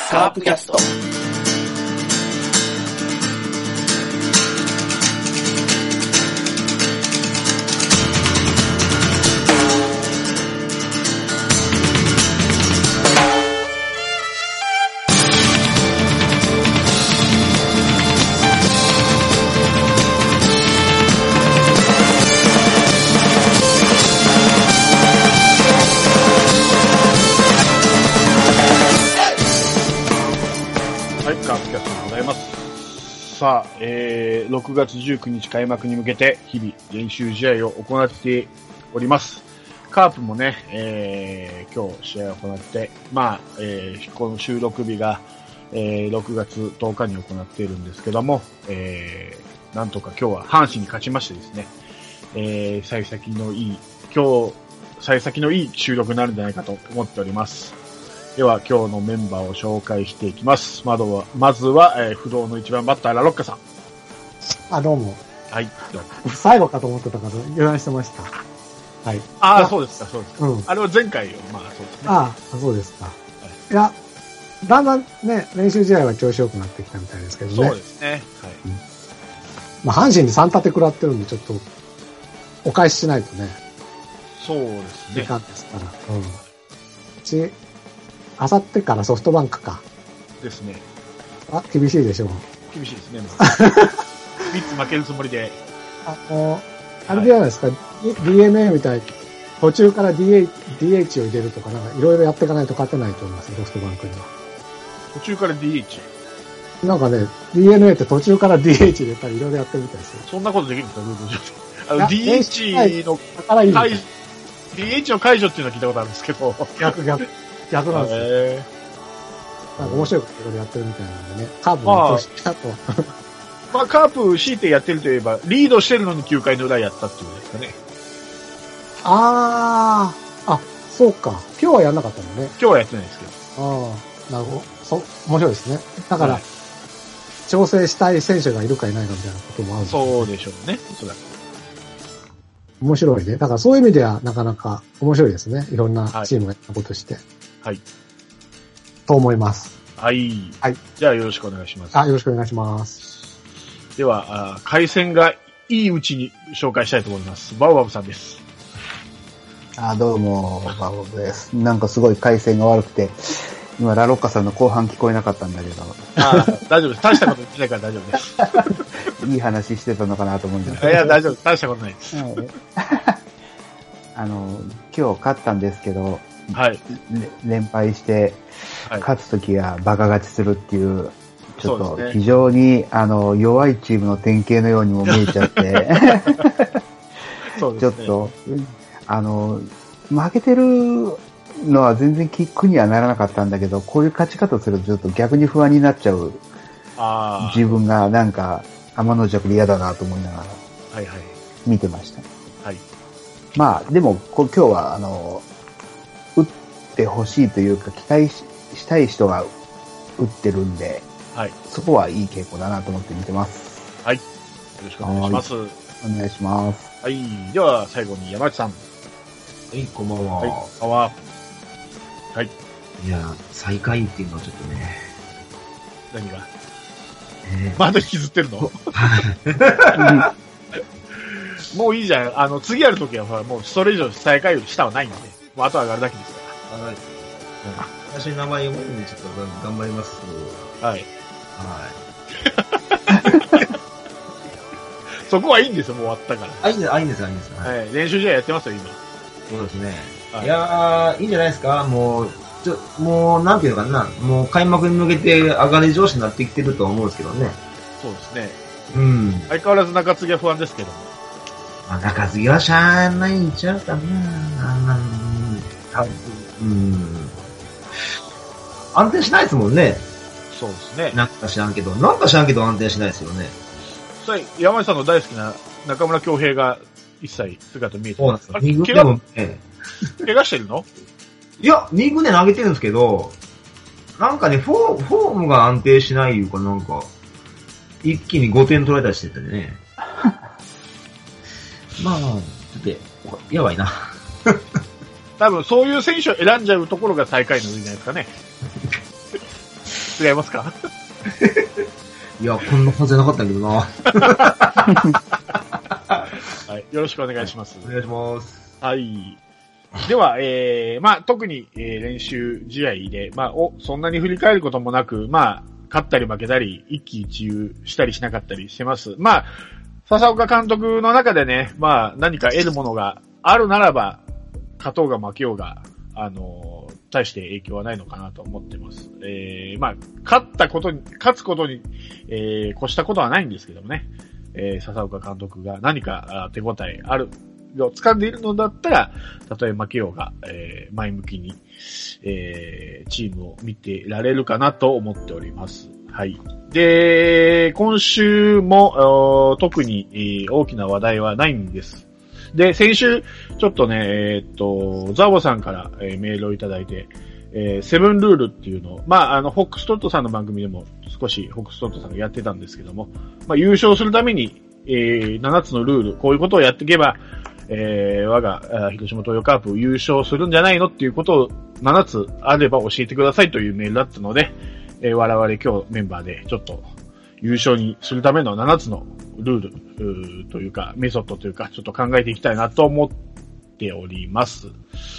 カープキャスト。 さあ、6月19日開幕に向けて日々練習試合を行っております。カープもね、今日試合を行って、この収録日が、6月10日に行っているんですけども、なんとか今日は阪神に勝ちましてですね、幸先のいい収録になるんじゃないかと思っております。では今日のメンバーを紹介していきます。まずは、不動の一番バッターラロッカさん。 どうも。 はい。 最後かと思ってたから油断してました。はい。 そうですか、そうですか。うん。あれは前回よ。そうですね。 そうですか。はい、いや、だんだんね、練習試合は調子良くなってきたみたいですけどね。 そうですね。はい。 阪神に3立て食らってるんで、ちょっと、お返ししないとね。 そうですね。 時間ですから。あさってからソフトバンクか。 ですね。 厳しいでしょう。 厳しいですね。3つ負けるつもりで。 あれじゃないですか、DNA みたいに、途中から DH を入れるとか、なんかいろいろやっていかないと勝てないと思いますよ、ソフトバンクには。 途中から DH？ なんかね、DNA って途中から DH 入れたりいろいろやってるみたいですよ。 そんなことできるんですか、ルール上で。DH の解除っていうのは聞いたことあるんですけど。 逆なんですよ。なんか面白いことやってるみたいなんでね。カープの年だと。 カープ強いてやってるといえば、リードしてるのに9回の裏やったっていうんですかね。 そうか。今日はやんなかったのね。 今日はやってないですけど。 なるほど。面白いですね。だから、調整したい選手がいるかいないかみたいなこともあるんですね。 そうでしょうね。そうだ。 面白いね。だからそういう意味ではなかなか面白いですね。いろんなチームがやったことして。 はい。 と思います。 はい。はい。じゃあよろしくお願いします。 よろしくお願いします。 では、回線がいいうちに紹介したいと思います。バオバブさんです。 どうも、バオバブです。なんかすごい回線が悪くて、今ラロッカさんの後半聞こえなかったんだけど。 大丈夫です。大したこと言ってないから大丈夫です。 いい話してたのかなと思うんですけど。 いや、大丈夫。大したことないです。 今日勝ったんですけど、 はい。 連敗して、勝つときはバカ勝ちするっていう、ちょっと非常に、弱いチームの典型のようにも見えちゃって、 そうですね、 ちょっと、負けてるのは全然苦にはならなかったんだけど、こういう勝ち方するとちょっと逆に不安になっちゃう自分がなんか天の弱で嫌だなと思いながら見てました。 はい。 でも今日は打ってほしいというか期待したい人が打ってるんで、 はい。 そこはいい傾向だなと思って見てます。 はい。よろしくお願いします。 お願いします。 はい。では最後に山内さん。 こんばんは。 はい。こんばんは。はい。 いや、最下位っていうのはちょっとね。 何がまだ引きずってるのもういいじゃん。次やるときはもうそれ以上最下位より下はないんで、もうあと上がるだけですから。 はい。私の名前読むんでちょっと頑張ります。 はい。 はい。 そこはいいんですよ、もう終わったから。 いいんです。はいい。練習試合やってますよ、今。 そうですね。いやー、いいんじゃないですか。もう、なんていうのかな。もう開幕に向けて上がり調子になってきてると思うんですけどね。 そうですね。 うん。 相変わらず中継ぎは不安ですけども。 中継ぎはしゃあないんちゃうかな。安定しないですもんね。 そうですね。 なんか知らんけど安定しないですよね。 山内さんの大好きな中村恭平が一切姿見えてない。そうなんですか。 怪我してるの？ いや、2軍で投げてるんですけど、なんかね、フォームが安定しないいうかなんか、一気に5点取られたりしててね。ちょっと、やばいな。 多分そういう選手を選んじゃうところが最下位の上じゃないですかね。 違いますか？ いや、こんなはずじゃなかったけどな。 はい。よろしくお願いします。 お願いします。 はい。では、まあ、特に、練習試合で、まあ、そんなに振り返ることもなく、まあ、勝ったり負けたり、一喜一憂したりしなかったりしてます。まあ、笹岡監督の中でね、まあ、何か得るものがあるならば、勝とうが負けようが、大して影響はないのかなと思ってます。まあ、勝つことに、越したことはないんですけどもね、笹岡監督が何か手応えある、を掴んでいるのだったら、たとえ負けようが、前向きに、チームを見てられるかなと思っております。はい。で、今週も、特に、大きな話題はないんです。で、先週、ちょっとね、ザボさんから、メールをいただいて、セブンルールっていうのを、まあ、ホックストットさんの番組でも少しホックストットさんがやってたんですけども、まあ、優勝するために、7つのルール、こういうことをやっていけば、我が、広島東洋カープ優勝するんじゃないのっていうことを7つあれば教えてくださいというメールだったので、我々今日メンバーでちょっと優勝にするための7つのルールというか、メソッドというか、ちょっと考えていきたいなと思っております。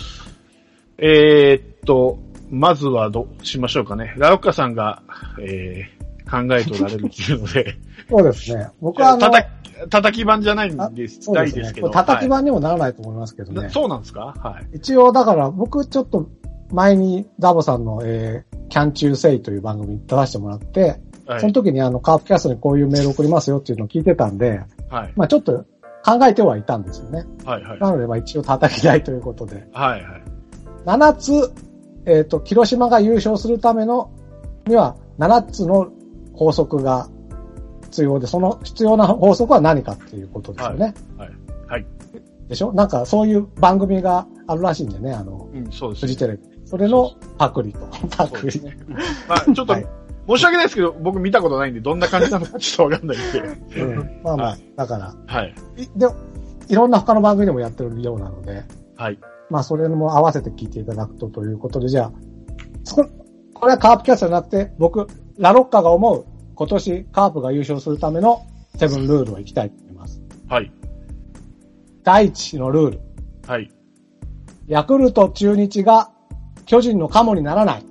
まずはどうしましょうかね。ラロッカさんが、考えておられるっていうので。 そうですね。僕は叩き版じゃないんです、ないですけど。 叩き版にもならないと思いますけどね。 はい、そうなんですか？はい。 一応、だから僕ちょっと前にダボさんの、キャンチューセイという番組に出させてもらって、はい、その時にカープキャストにこういうメール送りますよっていうのを聞いてたんで、はい。まあちょっと考えてはいたんですよね。はいはい。なのでまあ一応叩き台ということで。はいはい。7つ、広島が優勝するための、には7つの法則が必要で、その必要な法則は何かっていうことですよね。はい。はい。はい、でしょ？なんかそういう番組があるらしいんでね、そうです。フジテレビ。それのパクリと。パクリ。ね、 まあちょっと、はい、申し訳ないですけど、僕見たことないんで、どんな感じなのかちょっとわかんないんで。 まあまあ、はい、だから。はい。で、いろんな他の番組でもやってるようなので。はい。まあそれも合わせて聞いていただくということで、じゃあ、これはカープキャストじゃなくて、僕、ラロッカが思う、今年カープが優勝するためのセブンルールをいきたいと思います。はい。第一のルール。はい。ヤクルト中日が巨人のカモにならない。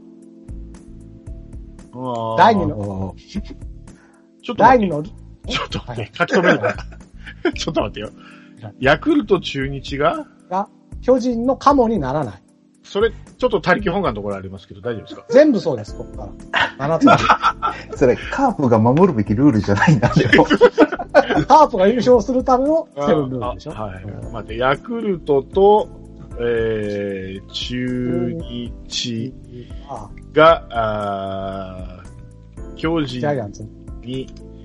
第二の、 ちょっと待って。ちょっと待って、書き留めるな。ちょっと待ってよ。ヤクルト中日が巨人のカモにならない。 それ、ちょっと他力本願のところありますけど、大丈夫ですか？ 全部そうです、ここから。7 つ。それ、カープが守るべきルールじゃないんだよ。 カープが優勝すがのセブンルールでしょ？はい。 待って、ヤクルトと、中日が、巨人に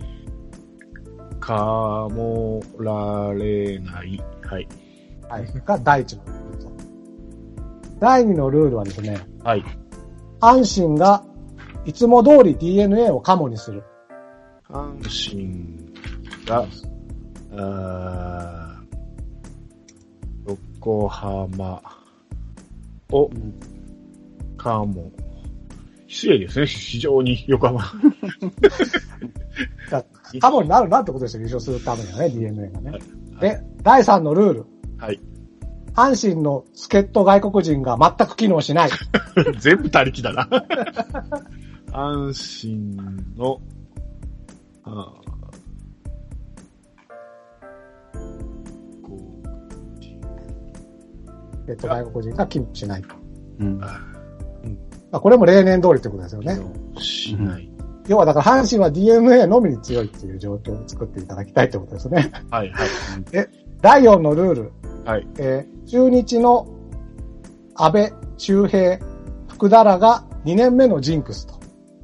かもられない。はい。 はい。が第一のルールと。第二のルールはですね。はい。阪神がいつも通り DNA をカモにする。 阪神が、横浜をカモ。失礼ですね、非常に横浜。 カモになるなってことですよ、優勝するためにはね、DNA がね。はい、で、第3のルール。はい。阪神の助っ人外国人が全く機能しない。 全部他力だな。阪神の、 外国人が機能しないと。うん。まあ、これも例年通りってことですよね。 しない。 要はだから阪神は DNA のみに強いっていう状況を作っていただきたいってことですね。はいはい。第4のルール。はい。中日の安倍、周平、福田らが2年目のジンクスと。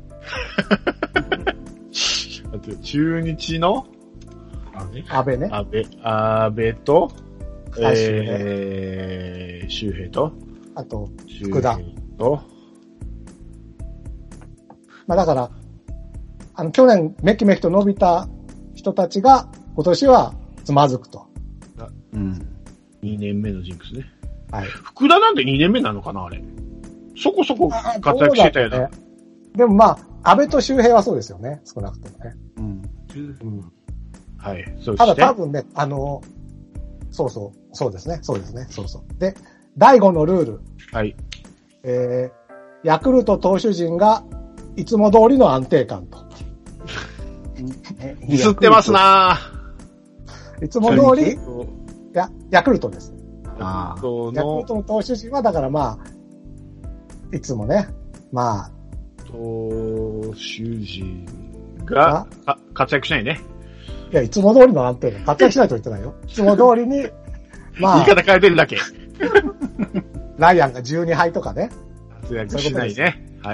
中日の安倍ね。 安倍と、周平と、 あと、福田。 と、 まあだから、去年めきめきと伸びた人たちが今年はつまずくと。 うん。2年目のジンクスね。はい。福田なんて2年目なのかなあれ。そこそこ活躍してたよね。 でもまあ、 安倍と周平はそうですよね。少なくともね。 うん。はい。そうですね。 ただ多分ね、そうですね。そうですね。そうそう。で、第5のルール。 はい。 ヤクルト投手陣がいつも通りの安定感と。 ミスってますなぁ。 いつも通り、ヤクルトです。 ヤクルトの投手陣はだからまあ、いつもね、まあ、 投手陣が活躍しないね。 いや、いつも通りの安定感。活躍しないと言ってないよ。いつも通りに、まあ。 言い方変えてるだけ。 ライアンが12敗とかね。 活躍しないね。はい。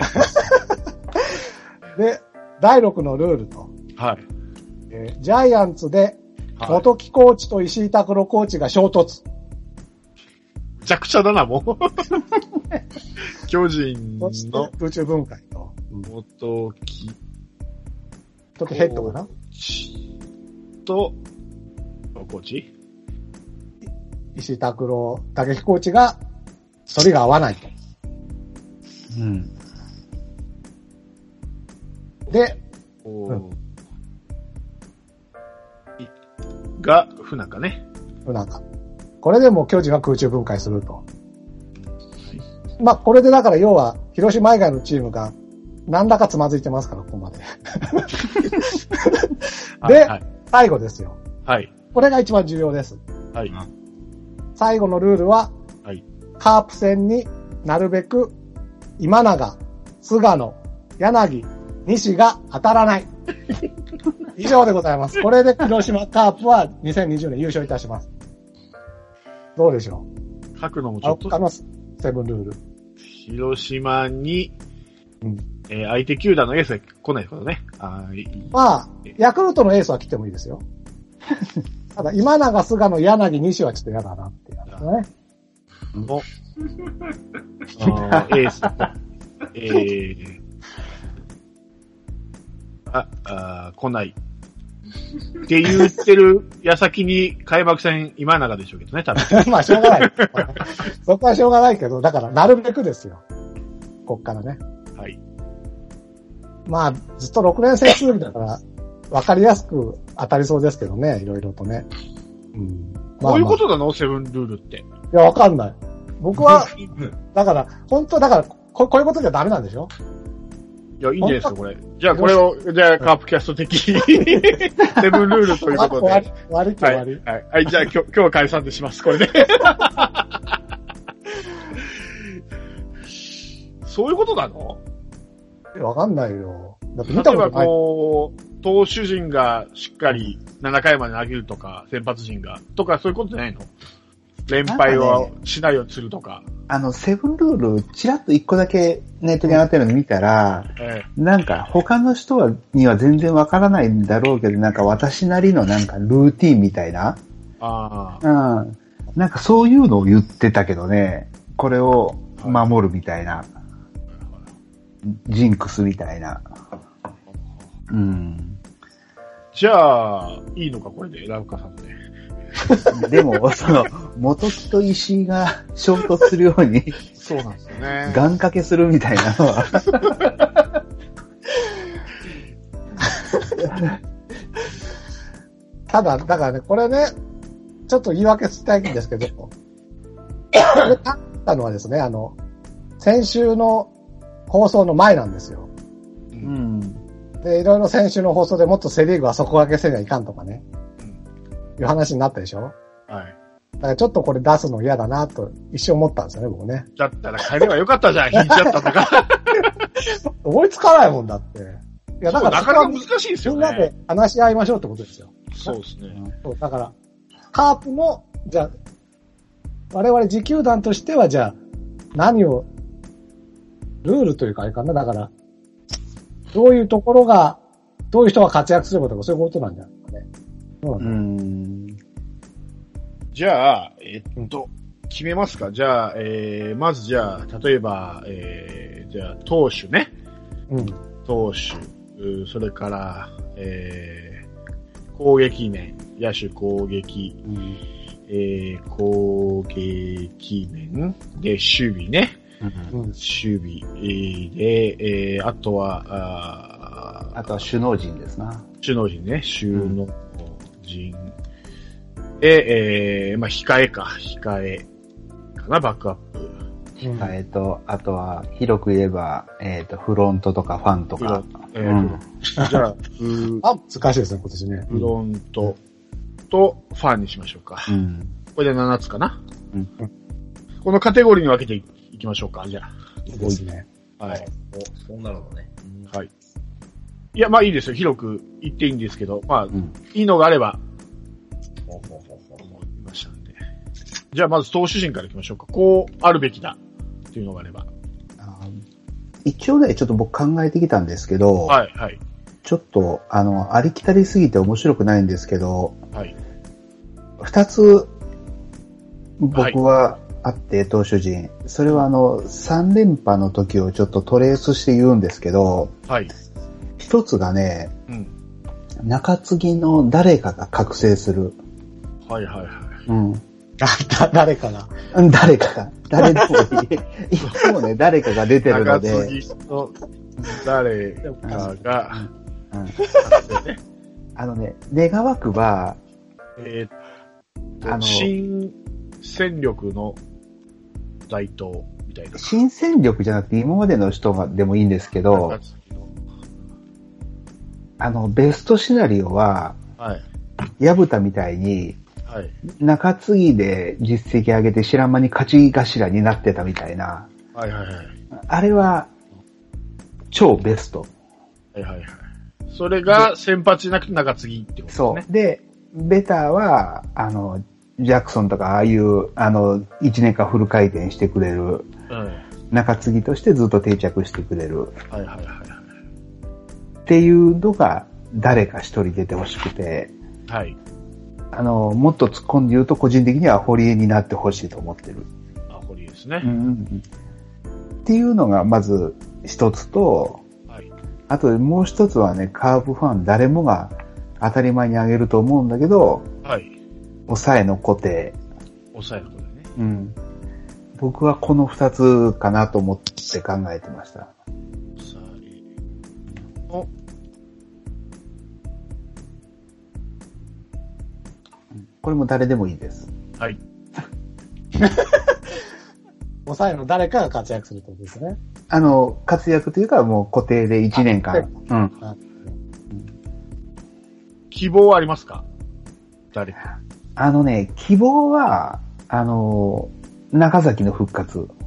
で、第6のルールと。 はい。 ジャイアンツで、元木コーチと石井拓郎コーチが衝突。 むちゃくちゃだな、もう。巨人の。 空中分解と。 元木。 時ヘッドかなと、コーチ石井拓郎、武木コーチが、反りが合わないと。 うん。 で、 が、不仲ね。 不仲。これでもう巨人は空中分解すると。まあ、これでだから要は、広島以外のチームが、何らかつまずいてますから、ここまで。で、はい、最後ですよ。 はい。 これが一番重要です。 はい。 最後のルールは、 はい。 カープ戦になるべく、今永、菅野、柳、西が当たらない。以上でございます。これで広島カープは2020年優勝いたします。どうでしょう？書くのもちょっと。 セブンルール。 広島に、相手球団のエースが来ないことね。 まあ、ヤクルトのエースは来てもいいですよ。ただ、今永、菅野、柳、西はちょっと嫌だなってやつね。 エース。来ない。って言ってる矢先に開幕戦今永でしょうけどね、多分。 まあ、しょうがない。そこはしょうがないけど、だから、なるべくですよ。こっからね。 はい。 まあ、ずっと6年生続きだから、わかりやすく当たりそうですけどね、いろいろとね。 うん。こういうことなの？セブンルールって。いや、わかんない。僕は、だから、本当だから、こういうことじゃダメなんでしょ？ いや、いいんじゃないですか、これ。じゃあ、これを、じゃあ、カープキャスト的に、セブンルールということで。 終わり。 はい、じゃあ、今日は解散でします、これで。そういうことなの？ わかんないよ。だって見たことない。例えばこう、投手陣がしっかり7回まで投げるとか、先発陣が、とかそういうことじゃないの？連敗をしないようにするとか。 セブンルール、ちらっと一個だけネットに上がってるの見たら、なんか他の人には全然わからないんだろうけど、なんか私なりのなんかルーティンみたいな。なんかそういうのを言ってたけどね、これを守るみたいな。ジンクスみたいな。うん。 じゃあ、いいのか、これで、ラウカさんで。 でも、元木と石井が衝突するように、 そうなんですよね。 願掛けするみたいなのは。 ただ、だからね、これね、ちょっと言い訳したいんですけど、これ勝ったのはですね、先週の放送の前なんですよ。 うん。 で、いろいろ先週の放送でもっとセリーグは底上げせにはいかんとかね。いう話になったでしょ？ はい。 だからちょっとこれ出すの嫌だなと一瞬思ったんですよね、僕ね。 だったら帰ればよかったじゃん、引いちゃったとか。 思いつかないもんだって。いや、だからなかなか難しいですよね。 みんなで話し合いましょうってことですよ。 そうですね。 そう、だから、カープも、じゃあ、我々自球団としては、じゃあ、何を、ルールというかあれかな、だから、どういうところが、どういう人が活躍するかとか、そういうことなんじゃないですかね。 じゃあ、決めますか。じゃあ、まずじゃあ、例えば、じゃあ、投手ね。投手、それから、攻撃面、野手攻撃、攻撃面で守備ね。 守備、で、あとは、 あとは首脳陣ですな。 首脳陣ね、首脳陣。で、まあ、控えかな、バックアップ。 控えと、あとは、広く言えば、フロントとかファンとか。 じゃあ、 難しいですね、今年ね。 フロントとファンにしましょうか。これで7つかな。このカテゴリーに分けていきましょうか、じゃあ。 いいですね。 はい。 そうなるほどね。 はい。いや、まあいいですよ。広く言っていいんですけど、まあ、いいのがあれば、思いましたんで。じゃあまず投手陣からいきましょうか。こうあるべきだっていうのがあれば。 一応ね、ちょっと僕考えてきたんですけど、 はい、はい。 ちょっと、ありきたりすぎて面白くないんですけど、 はい。 二つ、僕はあって、投手陣。それは3連覇の時をちょっとトレースして言うんですけど、 はい。 一つがね、中継ぎの誰かが覚醒する。 はいはいはい。 誰かが。 誰かが。誰でもいい。いつもね、誰かが出てるので。 中継ぎの誰かが、 願わくば、 新戦力の台頭みたいな。 新戦力じゃなくて今までの人がでもいいんですけど、ベストシナリオは、矢蓋みたいに、中継ぎで実績上げて白間に勝ち頭になってたみたいな。あれは、超ベスト。 それが先発じゃなくて中継ぎってことですね。 そう。で、ベターは、ジャクソンとかああいう、1年間フル回転してくれる、中継ぎとしてずっと定着してくれる。っていうのが誰か一人出てほしくて、もっと突っ込んで言うと個人的には堀江になってほしいと思ってる。 堀江ですね。 っていうのがまず一つと、あともう一つはね、カープファン誰もが当たり前に挙げると思うんだけど、抑えの固定。 抑えの固定ね。 僕はこの二つかなと思って考えてました。これも誰でもいいです。 抑えの誰かが活躍するってことですね。 活躍というかもう固定で1年間。 希望はありますか？誰か。 希望は、中崎の復活。 そう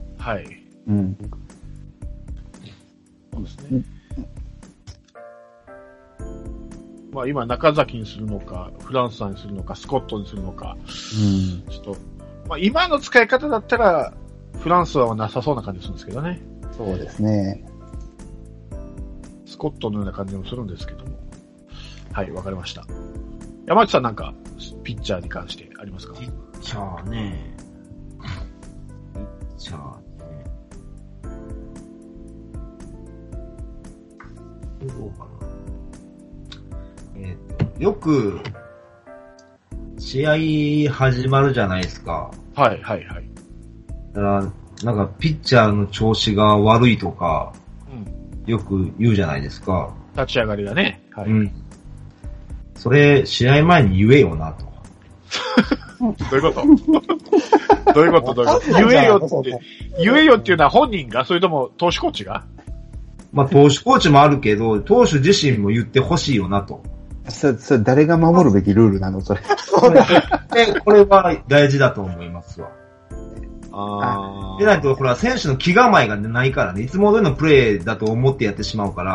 ですね。まあ今中崎にするのか、フランスさんにするのか、スコットにするのか、ちょっと、まあ今の使い方だったら、フランスはなさそうな感じするんですけどね。 そうですね。 スコットのような感じもするんですけども。はい、わかりました。山内さんなんか、ピッチャーに関してありますか？ ピッチャーね。どうかな。よく、試合始まるじゃないですか。だから、なんか、ピッチャーの調子が悪いとか、よく言うじゃないですか。 立ち上がりがね。 それ、試合前に言えよなと。 どういうことどういうこと言えよっていうのは本人が、それとも投手コーチが？ まあ、投手コーチもあるけど、投手自身も言ってほしいよなと。 それ誰が守るべきルールなのそれ。 これは大事だと思いますわ。でないと、ほら、選手の気構えがないからね、いつも通りのプレーだと思ってやってしまうから。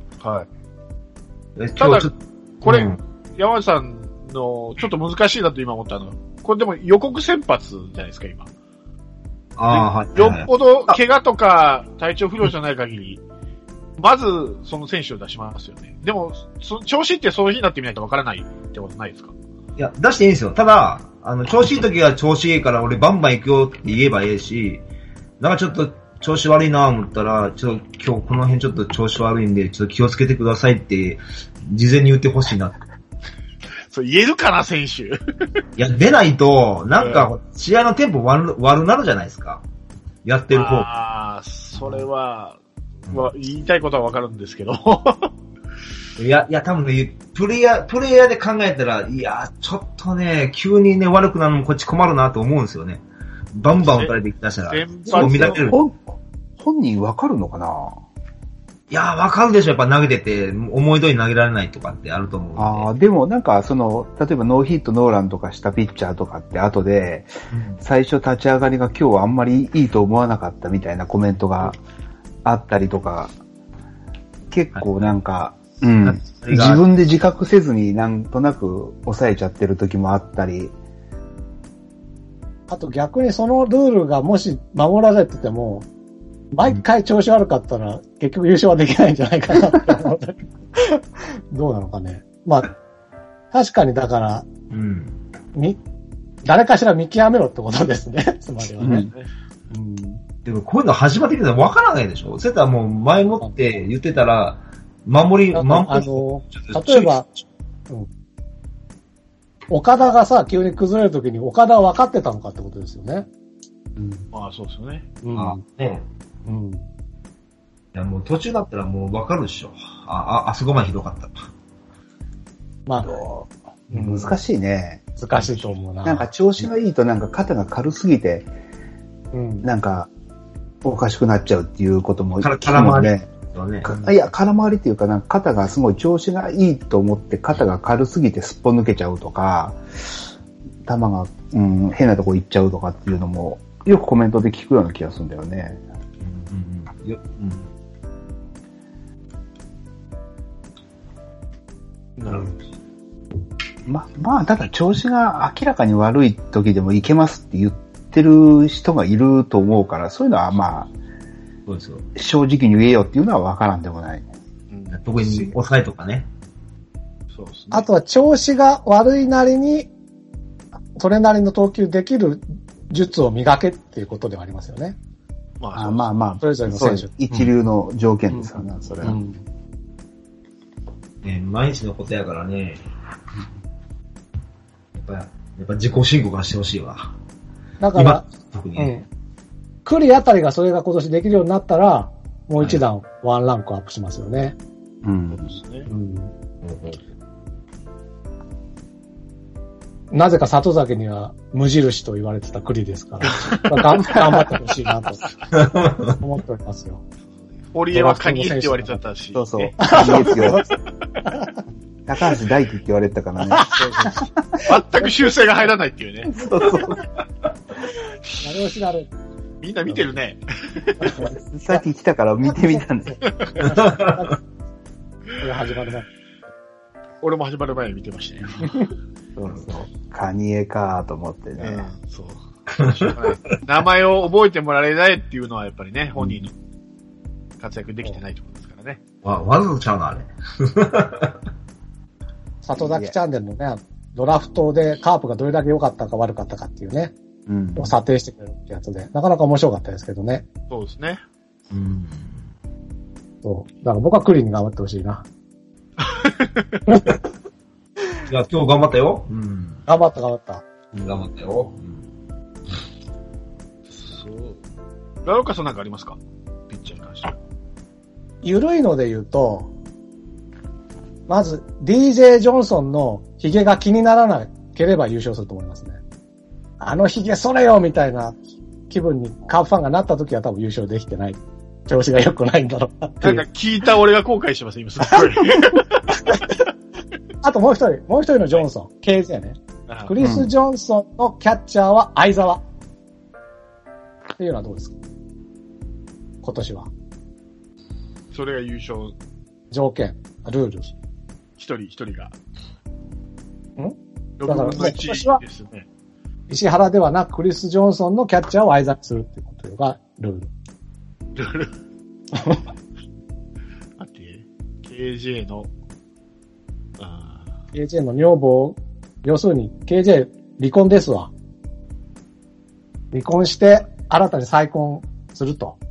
ただ、これ、山内さんのちょっと難しいなと今思ったの。これでも予告先発じゃないですか、今。よっぽど怪我とか体調不良じゃない限り、まずその選手を出しますよね。でも、調子ってその日になってみないとわからないってことないですか？ いや、出していいんですよ。ただ、調子いい時は調子いいから俺バンバン行くよって言えばいいし、なんかちょっと調子悪いなぁ思ったら、ちょっと今日この辺ちょっと調子悪いんで、ちょっと気をつけてくださいって、事前に言ってほしいな。 そう言えるかな、選手。 いや、出ないと、なんか、試合のテンポ悪なるじゃないですか。 やってる方。 ああ、それは、言いたいことはわかるんですけど。 いや、多分ね、プレイヤーで考えたら、いや、ちょっとね、急にね、悪くなるのもこっち困るなと思うんですよね。バンバン打たれてきたしたら。そう見られる。 本人わかるのかな？ いや、わかるでしょ。やっぱ投げてて、思い通り投げられないとかってあると思うんで。 ああ、でもなんか、例えばノーヒットノーランとかしたピッチャーとかって後で、最初立ち上がりが今日はあんまりいいと思わなかったみたいなコメントがあったりとか、結構なんか、自分で自覚せずになんとなく抑えちゃってる時もあったり。 あと逆にそのルールがもし守られてても、毎回調子悪かったら結局優勝はできないんじゃないかなって思ったけど。どうなのかね。まあ、確かにだから、誰かしら見極めろってことですね。つまりはね。 でもこういうの始まってるのわからないでしょ。そういったらもう前もって言ってたら、例えば、岡田がさ、急に崩れるときに岡田は分かってたのかってことですよね。 まあそうですよね。 いやもう途中だったらもう分かるでしょ。あそこまでひどかった。 まあ、 難しいね。 難しいと思うな。 なんか調子がいいとなんか肩が軽すぎて、なんかおかしくなっちゃうっていうことも聞くもんね。いや、空回りっていうか、なんか肩がすごい調子がいいと思って肩が軽すぎてすっぽ抜けちゃうとか、球が、変なとこ行っちゃうとかっていうのもよくコメントで聞くような気がするんだよね。 なるほど。 まあ、ただ調子が明らかに悪い時でもいけますって言ってる人がいると思うから、そういうのはまあ、 そうですよ。 正直に言えよっていうのは分からんでもない。 特に抑えとかね。 そうですね。 あとは調子が悪いなりに、それなりの投球できる術を磨けっていうことではありますよね。 まあ、 それぞれの選手。 一流の条件ですからね、それは。 毎日のことやからね。やっぱ自己申告はしてほしいわ。 だから、 特にね。 クリあたりがそれが今年できるようになったら、もう一段ワンランクアップしますよね。 そうですね。 なぜか里崎には無印と言われてたクリですから、頑張ってほしいなと思っておりますよ。 堀江はカニって言われてたし。 そうそう。カニって言われてた。高橋大輝って言われてたからね。 全く修正が入らないっていうね。 なる押しなる。 みんな見てるね。 さっき来たから見てみたんだよ。 始まる前。 俺も始まる前に見てましたよ。 そうそう。カニエかと思ってね。 そう。名前を覚えてもらえないっていうのはやっぱりね、本人の活躍できてないところですからね。 わざとちゃうな、あれ。 里崎チャンネルのね、ドラフトでカープがどれだけ良かったか悪かったかっていうね、を査定してくれるってやつで、なかなか面白かったですけどね。 そうですね。 そう。だから僕はクリーンに頑張ってほしいな。 いや、今日頑張ったよ。 頑張った。 頑張ったよ。 そう。ラロカさんなんかありますか？ピッチャーに関しては。 緩いので言うと、まず DJ ジョンソンのヒゲが気にならなければ優勝すると思いますね。あのヒゲそれよみたいな気分にカープファンがなった時は多分優勝できてない。調子が良くないんだろうなっていう。 なんか聞いた俺が後悔してます、今すごい。 あともう一人のジョンソン、KJ ね。クリス・ジョンソンのキャッチャーは相沢。っていうのはどうですか？今年は。 それが優勝。 条件、ルール。 一人が。 だから、今年は、石原ではなくクリス・ジョンソンのキャッチャーを相沢にするってことがルール。 待って、KJ の、 KJ の女房、要するに KJ 離婚ですわ。離婚して新たに再婚すると。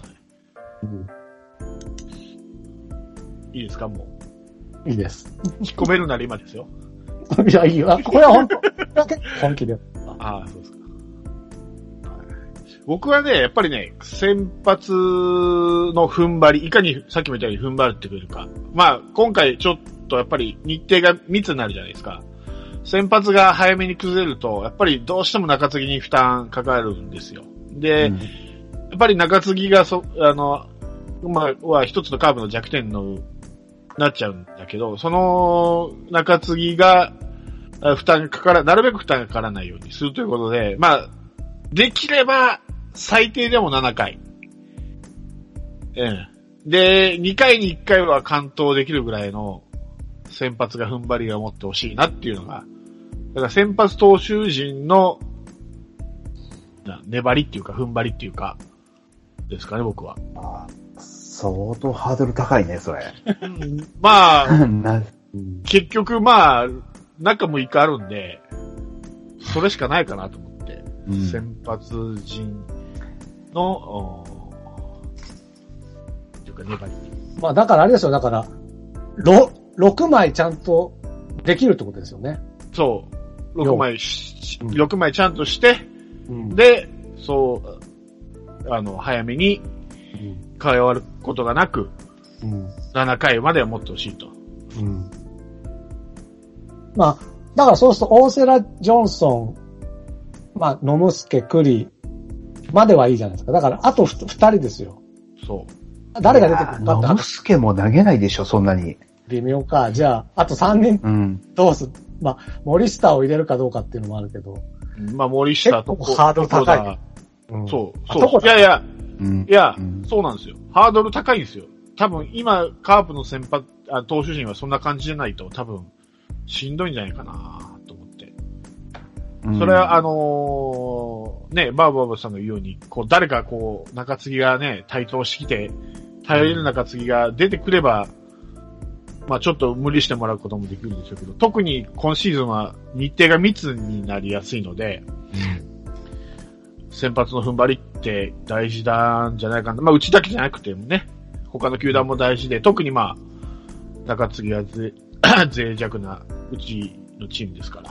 いいですか、もう。いいです。 引っ込めるなら今ですよ。 いや、いいよ。これは本当本気で。 ああ、そうですか。 僕はね、やっぱりね、先発の踏ん張り、いかにさっきも言ったように踏ん張るってくれるか。まあ、今回ちょっとやっぱり日程が密になるじゃないですか。先発が早めに崩れると、やっぱりどうしても中継ぎに負担かかるんですよ。で、やっぱり中継ぎがまあ、は一つのカーブの弱点の、なっちゃうんだけど、その中継ぎが、なるべく負担がかからないようにするということで、まあ、できれば、最低でも7回。で、2回に1回は完投できるぐらいの先発が踏ん張りが持ってほしいなっていうのが、だから先発投手陣の粘りっていうか踏ん張りっていうか、ですかね、僕は。 相当ハードル高いね、それ。 まあ、結局まあ、中6日あるんで、それしかないかなと思って、先発陣の、っていうか粘り。 まあだからあれですよ、だから、6枚ちゃんとできるってことですよね。 そう。6枚ちゃんとして、で、そう、早めに、変わることがなく、7回までは持ってほしいと。 まあ、だからそうすると、大瀬良、ジョンソン、まあ、野茂助、栗まではいいじゃないですか。だから、あと2人ですよ。 そう。 誰が出てくるかって。 野茂助も投げないでしょ、そんなに。 微妙か。じゃあ、あと3人、どうする、まあ、森下を入れるかどうかっていうのもあるけど。 まあ、森下と。 ハードル高い。 そう。いや、そうなんですよ。ハードル高いんですよ。多分、今、カープの先発、投手陣はそんな感じじゃないと、多分、しんどいんじゃないかなと思って。それは、バーバーさんの言うように、こう、誰かこう、中継ぎがね、台頭してきて、頼れる中継ぎが出てくれば、まあちょっと無理してもらうこともできるんでしょうけど、特に今シーズンは日程が密になりやすいので、先発の踏ん張りって大事なんじゃないかな。まあうちだけじゃなくてもね、他の球団も大事で、特にまあ、中継ぎは脆弱なうちのチームですから。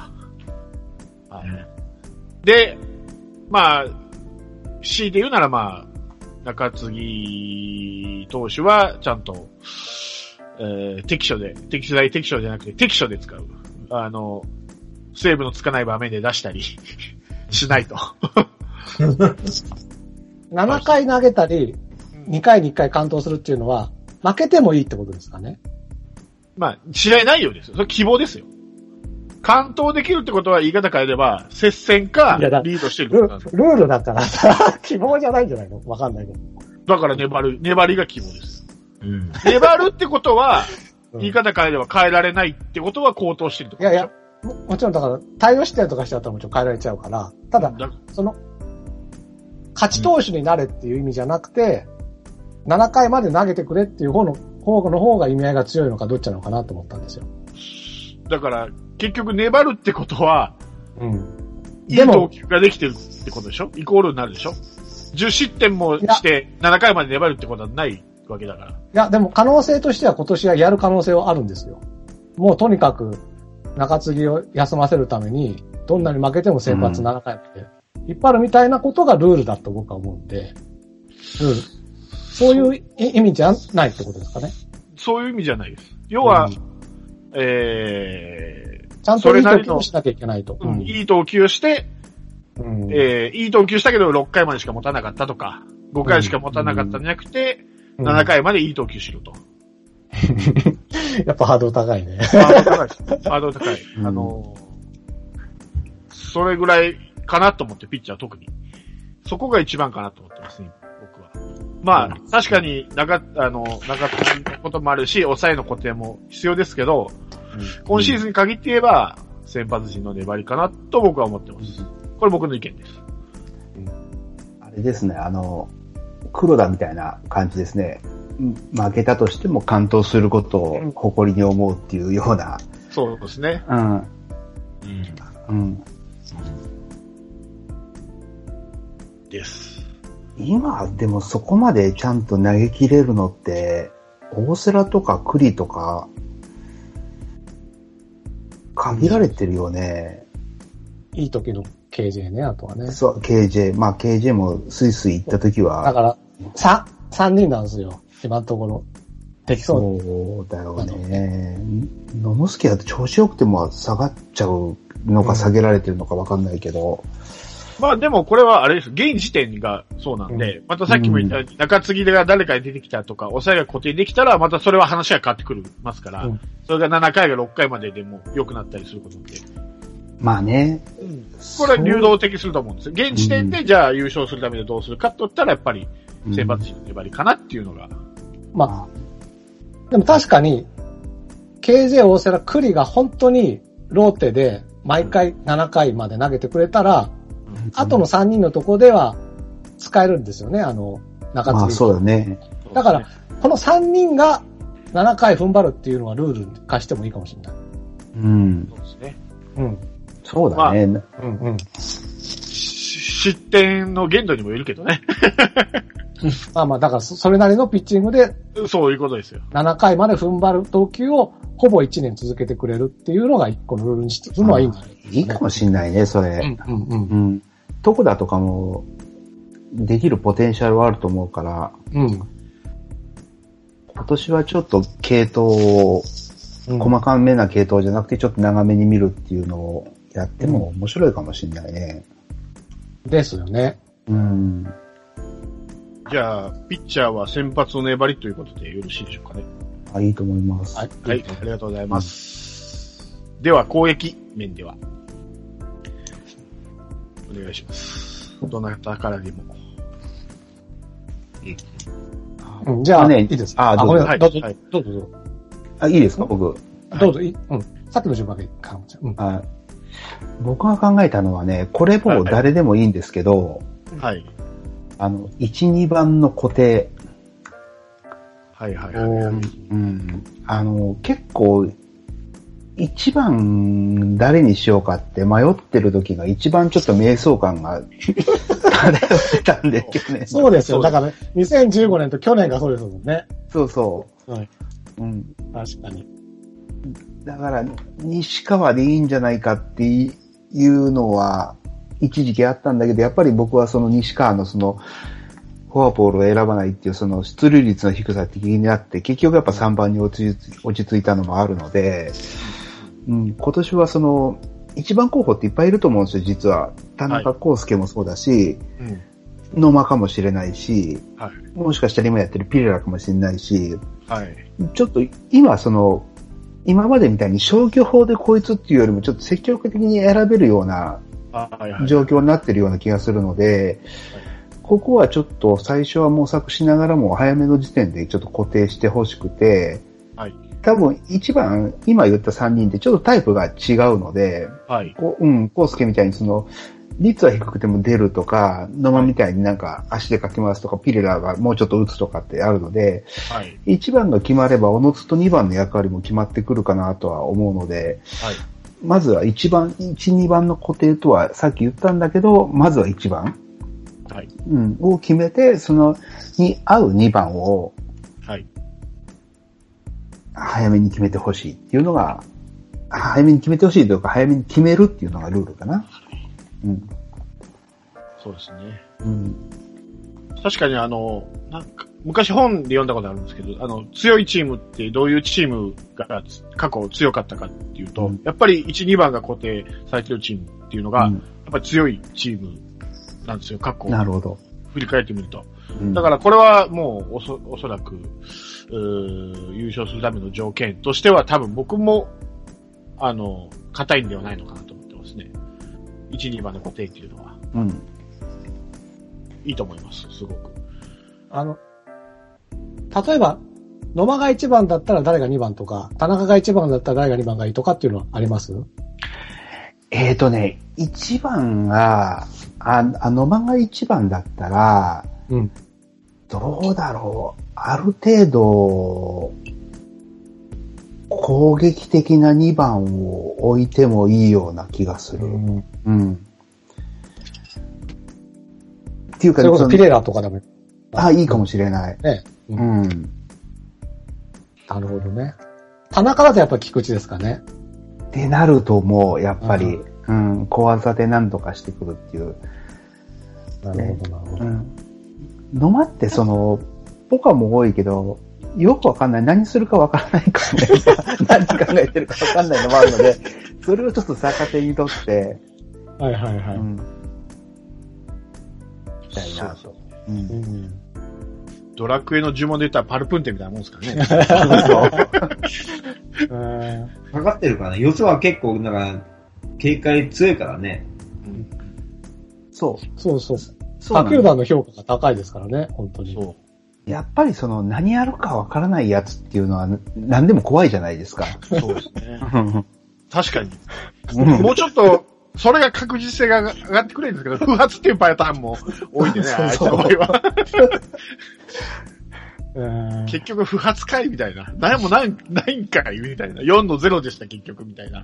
はい。で、まあ、強いて言うならまあ、中継ぎ投手はちゃんと、適所じゃなくて適所で使う。セーブのつかない場面で出したりしないと。 7回投げたり、2回に1回完投するっていうのは、負けてもいいってことですかね？ まあ、試合内容ですよ。それ希望ですよ。完投できるってことは言い方変えれば、接戦かリードしてることなんです。 ルールだからさ、希望じゃないんじゃないの？わかんないけど。 だから粘りが希望です。粘るってことは、言い方変えれば変えられないってことは高騰してるってことでしょ？いや、 もちろんだから、対応してるとかしちゃったらもちろん変えられちゃうから、ただ、勝ち投手になれっていう意味じゃなくて、7回まで投げてくれっていう方が意味合いが強いのかどっちなのかなと思ったんですよ。 だから、結局粘るってことは、いい投球ができてるってことでしょ？イコールになるでしょ？ 10 失点もして7回まで粘るってことはないわけだから。いや、でも可能性としては今年はやる可能性はあるんですよ。もうとにかく中継ぎを休ませるために、どんなに負けても先発7回まで引っ張るみたいなことがルールだと僕は思うんで、そういう意味じゃないってことですかね。 そういう意味じゃないです。要は、ちゃんといい投球をしなきゃいけないと。 いい投球をして、いい投球したけど6回までしか持たなかったとか、5回しか持たなかったんじゃなくて、7回までいい投球しろと。 やっぱハードル高いね。 ハードル高い。それぐらいかなと思って、ピッチャー特に。そこが一番かなと思ってますね、僕は。まあ、確かに中継ぎのこともあるし、抑えの固定も必要ですけど、今シーズンに限って言えば、先発陣の粘りかなと僕は思ってます。これ僕の意見です。 あれですね、黒田みたいな感じですね。負けたとしても完投することを誇りに思うっていうような。 そうですね。です。 今、でもそこまでちゃんと投げ切れるのって、大瀬良とか栗とか、限られてるよね。 いい時の KJ ね、あとはね。 そう、KJ。まあ KJ もスイスイ行った時は。 だから、3人なんですよ。今のところ。できそう。 そうだよね。野之助だと調子良くても下がっちゃうのか下げられてるのかわかんないけど。 まあでもこれはあれです。現時点がそうなんで、またさっきも言ったように中継ぎが誰かに出てきたとか、抑えが固定できたら、またそれは話が変わってくるますから、それが7回が6回まででも良くなったりすることで。 まあね。 これは流動的すると思うんですよ。現時点でじゃあ優勝するためにどうするかと言ったら、やっぱり選抜陣の粘りかなっていうのが。 まあ、でも確かに、KJ 大瀬良栗が本当にローテで毎回7回まで投げてくれたら、後の3人のとこでは使えるんですよね、中継ぎ。 あ、そうだね。 だから、この3人が7回踏ん張るっていうのはルールに化してもいいかもしれない。 うん。 そうですね。 うん。 そうだね。 まあ、うんうん。 失点の限度にもよるけどね。 まあまあ、だからそれなりのピッチングで、 そういうことですよ。 7回まで踏ん張る投球をほぼ1年続けてくれるっていうのが1個のルールにするのはいいんだね。 いいかもしんないね、それ。 うんうんうん。 どこだとかも、できるポテンシャルはあると思うから、 うん。 今年はちょっと系統を、細かめな系統じゃなくてちょっと長めに見るっていうのをやっても面白いかもしれないね。 ですよね。 うん。 じゃあ、ピッチャーは先発の粘りということでよろしいでしょうかね。 いいと思います。 はい、はい、ありがとうございます。では、攻撃面では。お願いします。どなたからでも。 じゃあ、ね、いいですか。 どうぞ。 どうぞ。どうぞ。 いいですか、僕。 どうぞ。さっきの順番で考えちゃう。 僕が考えたのはね、これも誰でもいいんですけど、 はい。 1、2番の固定。 はいはいはい。 結構、1番誰にしようかって迷ってる時が一番ちょっと迷走感が漂ってたんで、去年。 そうですよ。だから、2015年と去年がそうですもんね。 そうそう。 はい。確かに。 だから、西川でいいんじゃないかっていうのは、一時期あったんだけど、やっぱり僕はその西川のその、フォアボールを選ばないっていうその出塁率の低さって気になって、結局やっぱ3番に落ち着いたのもあるので、今年はその、一番候補っていっぱいいると思うんですよ、実は。田中康介もそうだし、野間かもしれないし、もしかしたら今やってるピレラかもしれないし、ちょっと今今までみたいに消去法でこいつっていうよりもちょっと積極的に選べるような状況になってるような気がするので、ここはちょっと最初は模索しながらも早めの時点でちょっと固定してほしくて、多分一番今言った3人ってちょっとタイプが違うので、コウスケみたいに率は低くても出るとか、野間みたいになんか足でかき回すとか、ピレラがもうちょっと打つとかってあるので、1番が決まれば、おのずと2番の役割も決まってくるかなとは思うので、まずは1、2番の固定とはさっき言ったんだけど、まずは1番、を決めて、に合う2番を、早めに決めてほしいっていうのが、早めに決めてほしいというか、早めに決めるっていうのがルールかな。 そうですね。確かになんか、昔本で読んだことあるんですけど、強いチームってどういうチームが過去強かったかっていうと、やっぱり1、2番が固定されてるチームっていうのが、やっぱり強いチームなんですよ、過去。 なるほど。 振り返ってみると。だからこれはもうおそらく、優勝するための条件としては多分僕も、硬いんではないのかなと思ってますね。1、2番の固定っていうのは。いいと思います、すごく。 例えば、野間が1番だったら誰が2番とか、田中が1番だったら誰が2番がいいとかっていうのはあります？ 1番が、野間が1番だったら、どうだろう。ある程度、攻撃的な2番を置いてもいいような気がする。っていうか、 それこそピレラとかでも。 いいかもしれない。 ね。なるほどね。田中だとやっぱ菊池ですかね。 ってなるともう、やっぱり。 うん、小技で何とかしてくるっていう。 なるほど、なるほど。 野間ってポカも多いけど、よくわかんない。何するかわからないからね。何考えてるかわかんないのもあるので、それをちょっと逆手にとって、 はいはいはい。うん。 したいなと。 うん。ドラクエの呪文で言ったらパルプンテみたいなもんですからね。 そう。かかってるからね。四つは結構、警戒強いからね。 うん、そう。そうそう。他球団の評価が高いですからね、本当に。そう。 やっぱり何やるかわからないやつっていうのは何でも怖いじゃないですか。 そうですね。確かに。もうちょっと、それが確実性が上がってくれるんですけど、不発っていうパターンも多いんでね、あいつの場合は。結局不発かいみたいな。何もないんかいみたいな。4の0でした結局みたいな。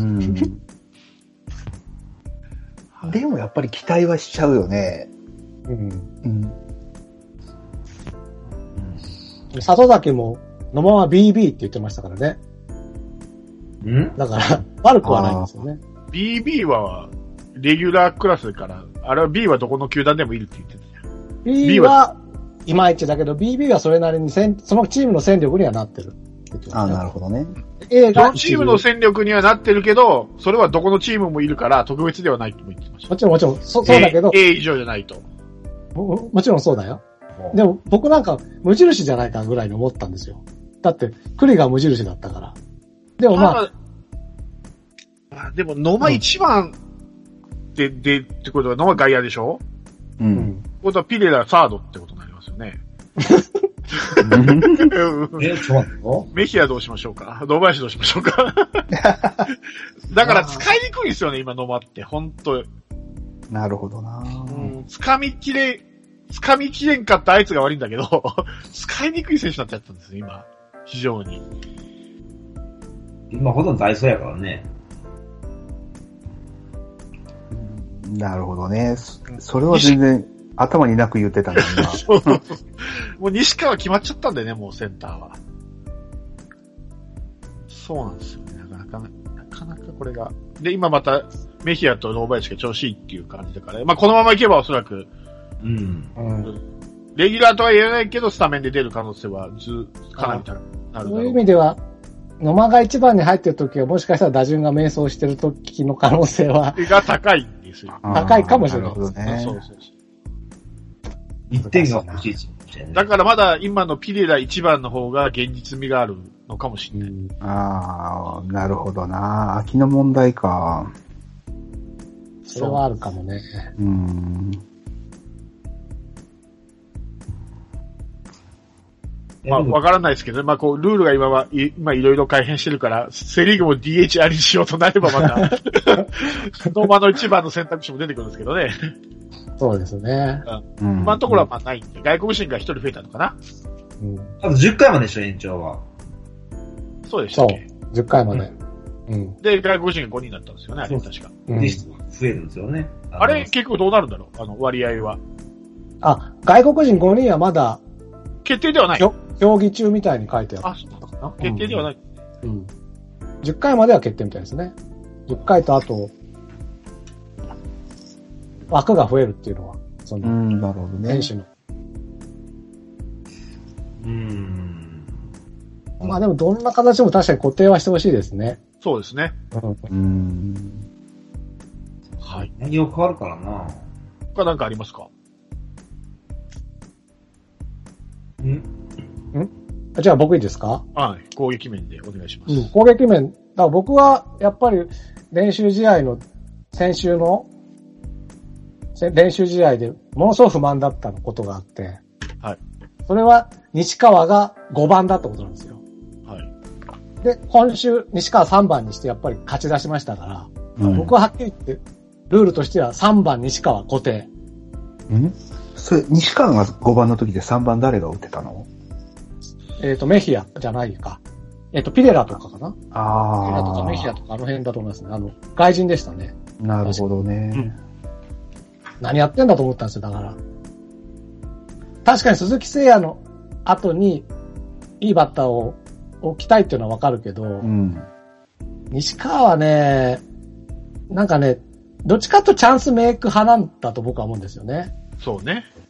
でもやっぱり期待はしちゃうよね。 里崎も野間は BB って言ってましたからね。だから悪くはないんですよね。 BB はレギュラークラスから、あれは B はどこの球団でもいるって言ってたじゃん。 B はいまいちだけど、BB はそれなりにそのチームの戦力にはなってる。 なるほどね。 A がチームの戦力にはなってるけど、それはどこのチームもいるから特別ではないとも言ってました。 もちろん、そうだけど。 A 以上じゃないと。 もちろんそうだよ。でも僕なんか無印じゃないかぐらいに思ったんですよ。だって、栗が無印だったから。でもでも野間1番ってことは野間外野でしょ？うん。ってことはピレラサードってことになりますよね。メヒアどうしましょうか？堂林どうしましょうか？だから使いにくいですよね、今野間って、ほんと。 なるほどな。 掴みきれんかったあいつが悪いんだけど、使いにくい選手になっちゃったんですよ、今。非常に。 今ほとんどダイソーやからね。 なるほどね。それは全然頭になく言ってたんだな。 もう西川決まっちゃったんだよね、もうセンターは。そうなんですよね。なかなかこれが。で、今またメヒアと堂林が調子いいっていう感じだから、このままいけばおそらく、レギュラーとは言えないけど、スタメンで出る可能性はかなり高くなるだろう。 そういう意味では、野間が1番に入ってる時はもしかしたら打順が迷走してる時の可能性は。 が高いんですよ。 高いかもしれないですね。 そう。 1点が欲しいし。 だからまだ今のピレラ1番の方が現実味があるのかもしれない。 なるほどな。秋の問題か。 それはあるかもね。 わからないですけど、ルールが今いろいろ改変してるから、セリーグも DH ありにしようとなればまた、野間の一番の選択肢も出てくるんですけどね。 そうですね。 今のところはないんで、外国人が一人増えたのかな。 あと10回まででしょ、延長は。 そうでしたっけ？ そう、10回まで。 で、外国人が5人だったんですよね、あれ確か。 リストが増えるんですよね。 あれ、結局どうなるんだろう、割合は。 外国人5人はまだ、 決定ではない。 競技中みたいに書いてある。 そうかな。決定ではない。 10回までは決定みたいですね。10回とあと、枠が増えるっていうのは、 なるほどね。 選手の。でもどんな形でも確かに固定はしてほしいですね。 そうですね。 はい。内容変わるからな。 他なんかありますか？ じゃあ僕いいですか？ はい。攻撃面でお願いします。 攻撃面。だから僕は、やっぱり、練習試合の、先週の、練習試合で、ものすごく不満だったことがあって、 はい。 それは、西川が5番だったことなんですよ。 はい。 で、今週、西川3番にして、やっぱり勝ち出しましたから、僕ははっきり言って、ルールとしては3番西川固定。 それ、西川が5番の時で3番誰が打ってたの？ メヒアじゃないか。ピレラとかかな？ピレラとかメヒアとかあの辺だと思いますね。外人でしたね。 なるほどね。 何やってんだと思ったんですよ、だから。確かに鈴木誠也の後に、いいバッターを置きたいっていうのはわかるけど、西川はね、 なんかね、どっちかとチャンスメイク派なんだと僕は思うんですよね。 そうね。